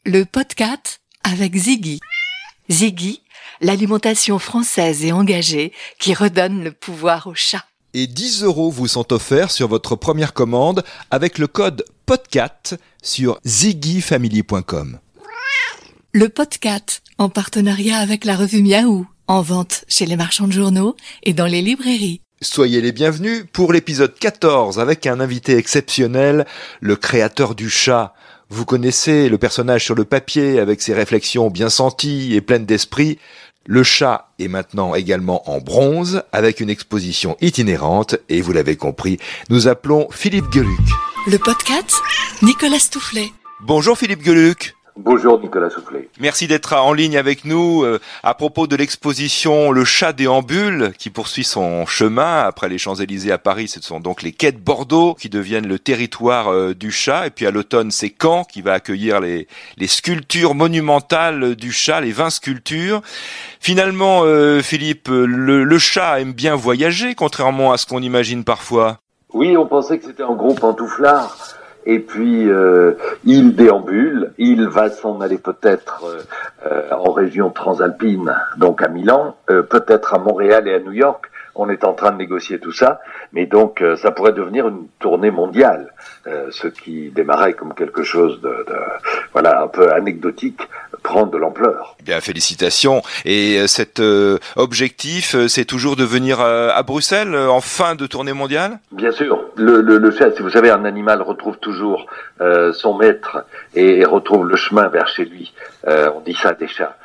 le podcast avec Ziggy. Ziggy, l'alimentation française et engagée qui redonne le pouvoir aux chats. Et 10 € vous sont offerts sur votre première commande avec le code PODCAT sur ziggyfamily.com. Le podcast, en partenariat avec la revue Miaou, en vente chez les marchands de journaux et dans les librairies. Soyez les bienvenus pour l'épisode 14 avec un invité exceptionnel, le créateur du chat. Vous connaissez le personnage sur le papier avec ses réflexions bien senties et pleines d'esprit. Le chat est maintenant également en bronze avec une exposition itinérante et vous l'avez compris, nous appelons Philippe Geluck. Le podcast, Nicolas Stoufflet. Bonjour Philippe Geluck. Bonjour Nicolas Soufflet. Merci d'être en ligne avec nous à propos de l'exposition Le Chat déambule qui poursuit son chemin après les Champs-Élysées à Paris. Ce sont donc les quais de Bordeaux qui deviennent le territoire du chat. Et puis à l'automne, c'est Caen qui va accueillir les sculptures monumentales du chat, les 20 sculptures. Finalement, Philippe, le chat aime bien voyager, contrairement à ce qu'on imagine parfois. Oui, on pensait que c'était un gros pantouflard. Et puis, il déambule, il va s'en aller peut-être en région transalpine, donc à Milan, peut-être à Montréal et à New York. On est en train de négocier tout ça, mais donc ça pourrait devenir une tournée mondiale, ce qui démarrait comme quelque chose de voilà, un peu anecdotique, prend de l'ampleur. Bien, félicitations. Et cet objectif, c'est toujours de venir à Bruxelles en fin de tournée mondiale ? Bien sûr. Le chat, si vous savez, un animal retrouve toujours son maître et retrouve le chemin vers chez lui. On dit ça des chats.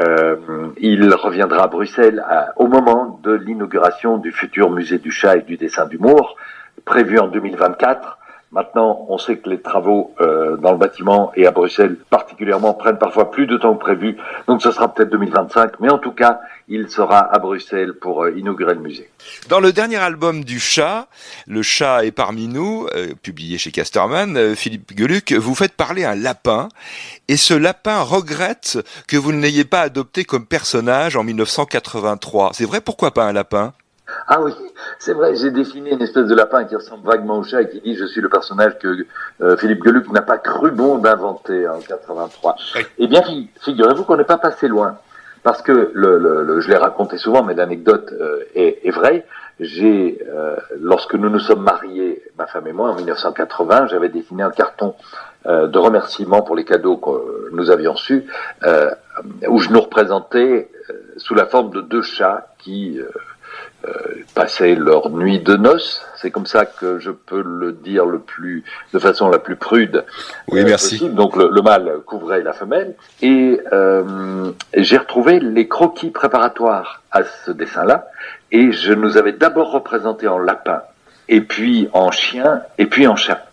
Il reviendra à Bruxelles au moment de l'inauguration du futur musée du chat et du dessin d'humour, prévu en 2024. Maintenant, on sait que les travaux dans le bâtiment et à Bruxelles particulièrement prennent parfois plus de temps que prévu, donc ce sera peut-être 2025, mais en tout cas, il sera à Bruxelles pour inaugurer le musée. Dans le dernier album du chat, Le chat est parmi nous, publié chez Casterman, Philippe Geluck, vous faites parler un lapin, et ce lapin regrette que vous ne l'ayez pas adopté comme personnage en 1983. C'est vrai, pourquoi pas un lapin ? Ah oui, c'est vrai, j'ai dessiné une espèce de lapin qui ressemble vaguement au chat et qui dit « Je suis le personnage que Philippe Geluck n'a pas cru bon d'inventer en 83 oui. ». Eh bien, figurez-vous qu'on n'est pas passé loin, parce que je l'ai raconté souvent, mais l'anecdote est vraie. Lorsque nous nous sommes mariés, ma femme et moi, en 1980, j'avais dessiné un carton de remerciements pour les cadeaux que nous avions reçus, où je nous représentais sous la forme de deux chats qui passaient leur nuit de noces, c'est comme ça que je peux le dire de façon la plus prude possible. Donc le mâle couvrait la femelle et j'ai retrouvé les croquis préparatoires à ce dessin-là et je nous avais d'abord représenté en lapin et puis en chien et puis en chat.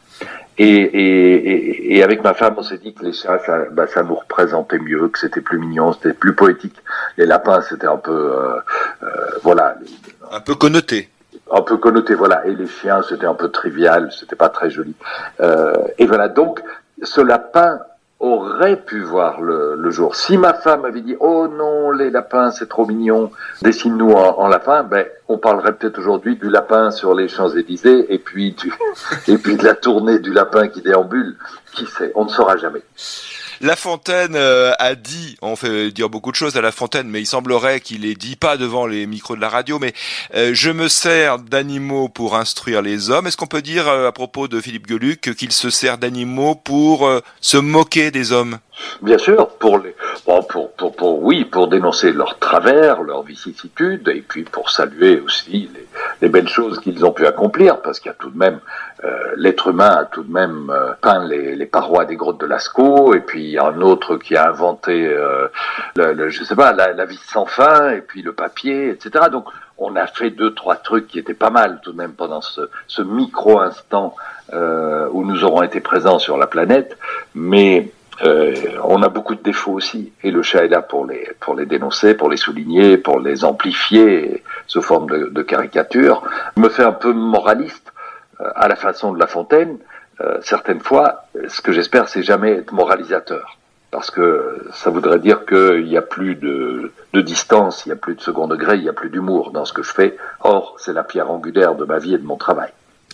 Et avec ma femme, on s'est dit que les chats, ça nous représentait mieux, que c'était plus mignon, c'était plus poétique. Les lapins, c'était un peu, voilà. Un peu connoté. Un peu connoté, voilà. Et les chiens, c'était un peu trivial, c'était pas très joli. Et voilà. Donc, ce lapin aurait pu voir le jour. Si ma femme avait dit, oh non, les lapins, c'est trop mignon, dessine-nous en lapin, on parlerait peut-être aujourd'hui du lapin sur les Champs-Élysées et puis de la tournée du lapin qui déambule. Qui sait? On ne saura jamais. La Fontaine a dit, on fait dire beaucoup de choses à La Fontaine, mais il semblerait qu'il ait dit, pas devant les micros de la radio, mais je me sers d'animaux pour instruire les hommes. Est-ce qu'on peut dire à propos de Philippe Geluck qu'il se sert d'animaux pour se moquer des hommes ? Bien sûr, pour dénoncer leurs travers, leurs vicissitudes, et puis pour saluer aussi les belles choses qu'ils ont pu accomplir, parce qu'il y a tout de même, l'être humain a tout de même peint les parois des grottes de Lascaux, et puis il y a un autre qui a inventé, la vis sans fin, et puis le papier, etc. Donc, on a fait 2-3 trucs qui étaient pas mal tout de même pendant ce micro-instant où nous aurons été présents sur la planète, mais on a beaucoup de défauts aussi, et le chat est là pour les dénoncer, pour les souligner, pour les amplifier sous forme de caricature. Je me fais un peu moraliste à la façon de La Fontaine. Certaines fois, ce que j'espère, c'est jamais être moralisateur, parce que ça voudrait dire qu'il y a plus de distance, il y a plus de second degré, il y a plus d'humour dans ce que je fais. Or, c'est la pierre angulaire de ma vie et de mon travail.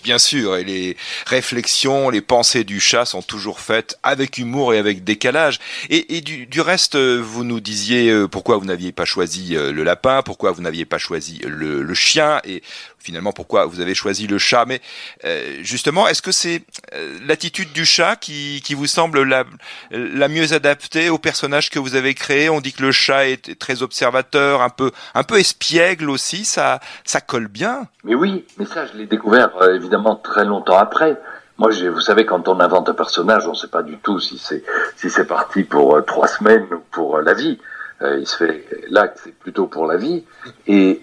Bien sûr, et les réflexions, les pensées du chat sont toujours faites avec humour et avec décalage. Et du reste, vous nous disiez pourquoi vous n'aviez pas choisi le lapin, pourquoi vous n'aviez pas choisi le chien, et finalement pourquoi vous avez choisi le chat. Mais justement, est-ce que c'est l'attitude du chat qui vous semble la mieux adaptée au personnage que vous avez créé? On dit que le chat est très observateur, un peu espiègle aussi, ça colle bien. Mais oui, mais ça je l'ai découvert évidemment très longtemps après. Moi, vous savez, quand on invente un personnage, on ne sait pas du tout si c'est parti pour 3 semaines ou pour la vie. Il se fait là que c'est plutôt pour la vie. Et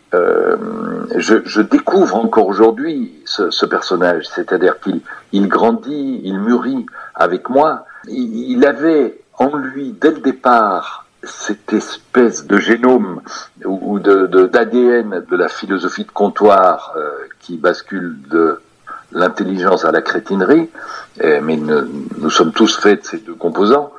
je découvre encore aujourd'hui ce personnage, c'est-à-dire qu'il grandit, il mûrit avec moi. Il avait en lui dès le départ cette espèce de génome ou d'ADN de la philosophie de comptoir qui bascule de l'intelligence à la crétinerie, mais nous sommes tous faits de ces deux composants,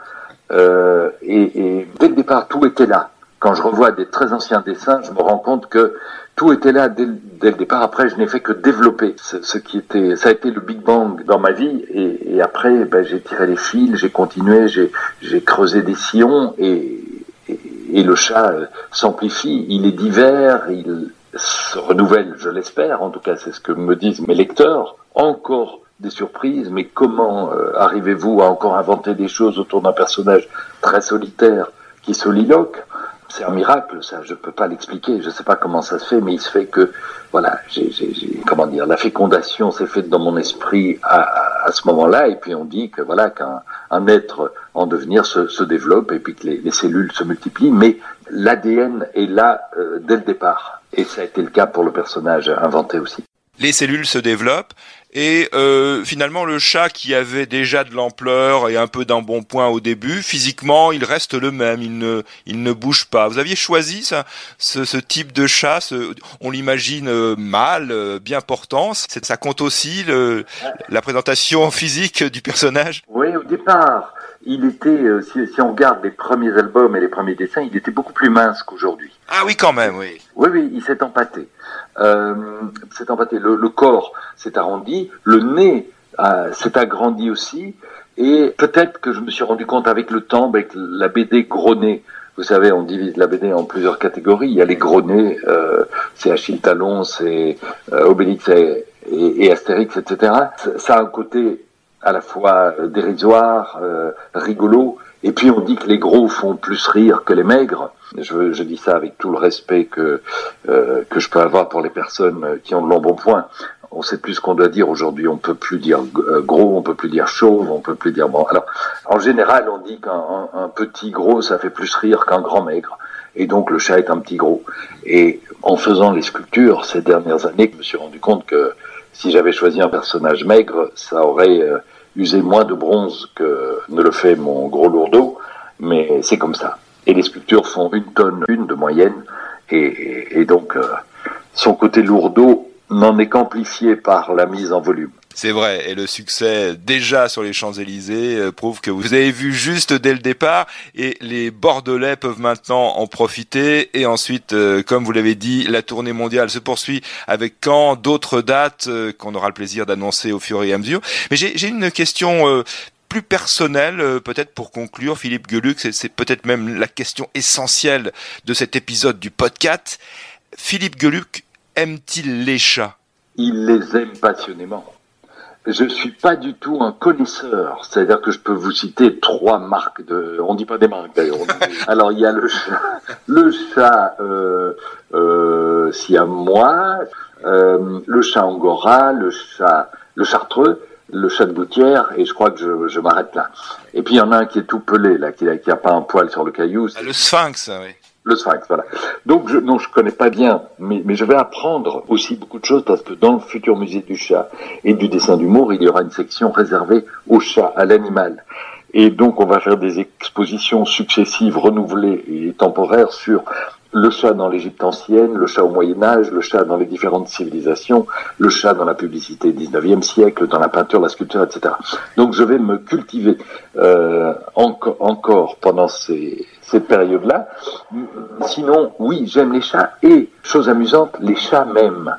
et dès le départ tout était là. Quand je revois des très anciens dessins, je me rends compte que tout était là dès le départ. Après, je n'ai fait que développer ça a été le Big Bang dans ma vie, et après j'ai tiré les fils, j'ai continué, j'ai creusé des sillons, et le chat s'amplifie, il est divers, il se renouvelle, je l'espère, en tout cas c'est ce que me disent mes lecteurs. Encore des surprises, mais comment arrivez-vous à encore inventer des choses autour d'un personnage très solitaire qui soliloque? C'est un miracle, ça, je peux pas l'expliquer, je sais pas comment ça se fait, mais il se fait que, voilà, la fécondation s'est faite dans mon esprit à ce moment-là, et puis on dit que voilà, qu'un être en devenir se développe, et puis que les cellules se multiplient, mais l'ADN est là dès le départ, et ça a été le cas pour le personnage inventé aussi. Les cellules se développent, et finalement le chat qui avait déjà de l'ampleur et un peu d'embonpoint au début, physiquement il reste le même, il ne bouge pas. Vous aviez choisi ce type de chat, on l'imagine mâle, bien portant, ça compte aussi la présentation physique du personnage? Oui, au départ, il était, si on regarde les premiers albums et les premiers dessins, il était beaucoup plus mince qu'aujourd'hui. Ah oui, quand même, oui. Oui, il s'est empâté. Le corps s'est arrondi, le nez s'est agrandi aussi, et peut-être que je me suis rendu compte avec le temps, avec la BD gros nez. Vous savez, on divise la BD en plusieurs catégories. Il y a les gros nez, c'est Achille Talon, c'est Obélix et Astérix, etc. Ça a un côté à la fois dérisoire, rigolo, et puis on dit que les gros font plus rire que les maigres. Je dis ça avec tout le respect que je peux avoir pour les personnes qui ont de l'embonpoint. On sait plus ce qu'on doit dire aujourd'hui. On peut plus dire gros, on peut plus dire chauve, on peut plus dire bon. Alors, en général, on dit qu'un petit gros, ça fait plus rire qu'un grand maigre. Et donc, le chat est un petit gros. Et en faisant les sculptures ces dernières années, je me suis rendu compte que si j'avais choisi un personnage maigre, ça aurait usé moins de bronze que ne le fait mon gros lourdeau. Mais c'est comme ça. Et les sculptures font 1 tonne de moyenne, et donc son côté lourdeau n'en est qu'amplifié par la mise en volume. C'est vrai, et le succès déjà sur les Champs-Élysées prouve que vous avez vu juste dès le départ, et les Bordelais peuvent maintenant en profiter. Et ensuite, comme vous l'avez dit, la tournée mondiale se poursuit avec Caen, d'autres dates qu'on aura le plaisir d'annoncer au fur et à mesure. Mais j'ai une question plus personnel, peut-être pour conclure, Philippe Geluck, c'est peut-être même la question essentielle de cet épisode du podcast. Philippe Geluck aime-t-il les chats? Il les aime passionnément. Je suis pas du tout un connaisseur, c'est-à-dire que je peux vous citer 3 marques on dit pas des marques d'ailleurs. Alors il y a le chat siamois, le chat angora, le chartreux, le chat de gouttière, et je crois que je m'arrête là. Et puis il y en a un qui est tout pelé, là, qui a pas un poil sur le caillou. Le sphinx, oui. Le sphinx, voilà. Donc je connais pas bien, mais je vais apprendre aussi beaucoup de choses, parce que dans le futur musée du chat et du dessin d'humour, il y aura une section réservée au chat, à l'animal. Et donc on va faire des expositions successives, renouvelées et temporaires sur le chat dans l'Égypte ancienne, le chat au Moyen-Âge, le chat dans les différentes civilisations, le chat dans la publicité 19e siècle, dans la peinture, la sculpture, etc. Donc je vais me cultiver encore pendant cette période-là. Sinon, oui, j'aime les chats, et, chose amusante, les chats m'aiment.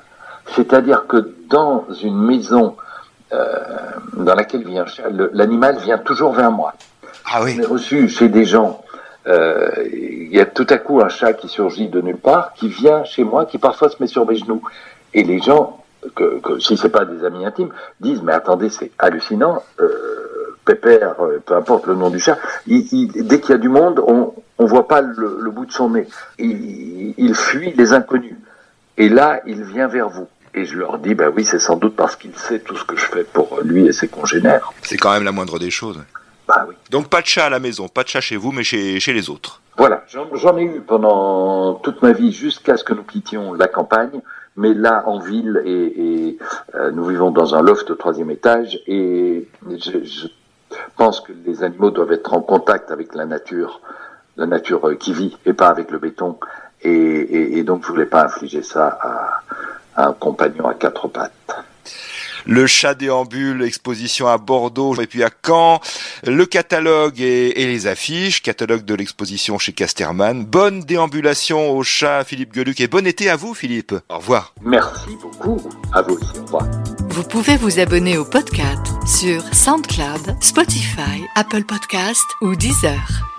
C'est-à-dire que dans une maison dans laquelle vit un chat, l'animal vient toujours vers moi. Ah oui. On est reçu chez des gens, il y a tout à coup un chat qui surgit de nulle part, qui vient chez moi, qui parfois se met sur mes genoux. Et les gens, si c'est pas des amis intimes, disent mais attendez, c'est hallucinant, Pépère, peu importe le nom du chat, dès qu'il y a du monde, on voit pas le bout de son nez. Il fuit les inconnus. Et là, il vient vers vous. Et je leur dis, oui, c'est sans doute parce qu'il sait tout ce que je fais pour lui et ses congénères. C'est quand même la moindre des choses. Oui. Donc pas de chat à la maison, pas de chat chez vous, mais chez les autres. Voilà, j'en ai eu pendant toute ma vie jusqu'à ce que nous quittions la campagne. Mais là, en ville, et nous vivons dans un loft au 3e étage, et je pense que les animaux doivent être en contact avec la nature qui vit, et pas avec le béton. Et donc, je voulais pas infliger ça à un compagnon à 4 pattes. Le chat déambule, exposition à Bordeaux et puis à Caen, le catalogue et les affiches, catalogue de l'exposition chez Casterman. Bonne déambulation au chat, Philippe Geluck, et bon été à vous, Philippe. Au revoir. Merci beaucoup. À vous aussi. Au revoir. Vous pouvez vous abonner au podcast sur SoundCloud, Spotify, Apple Podcasts ou Deezer.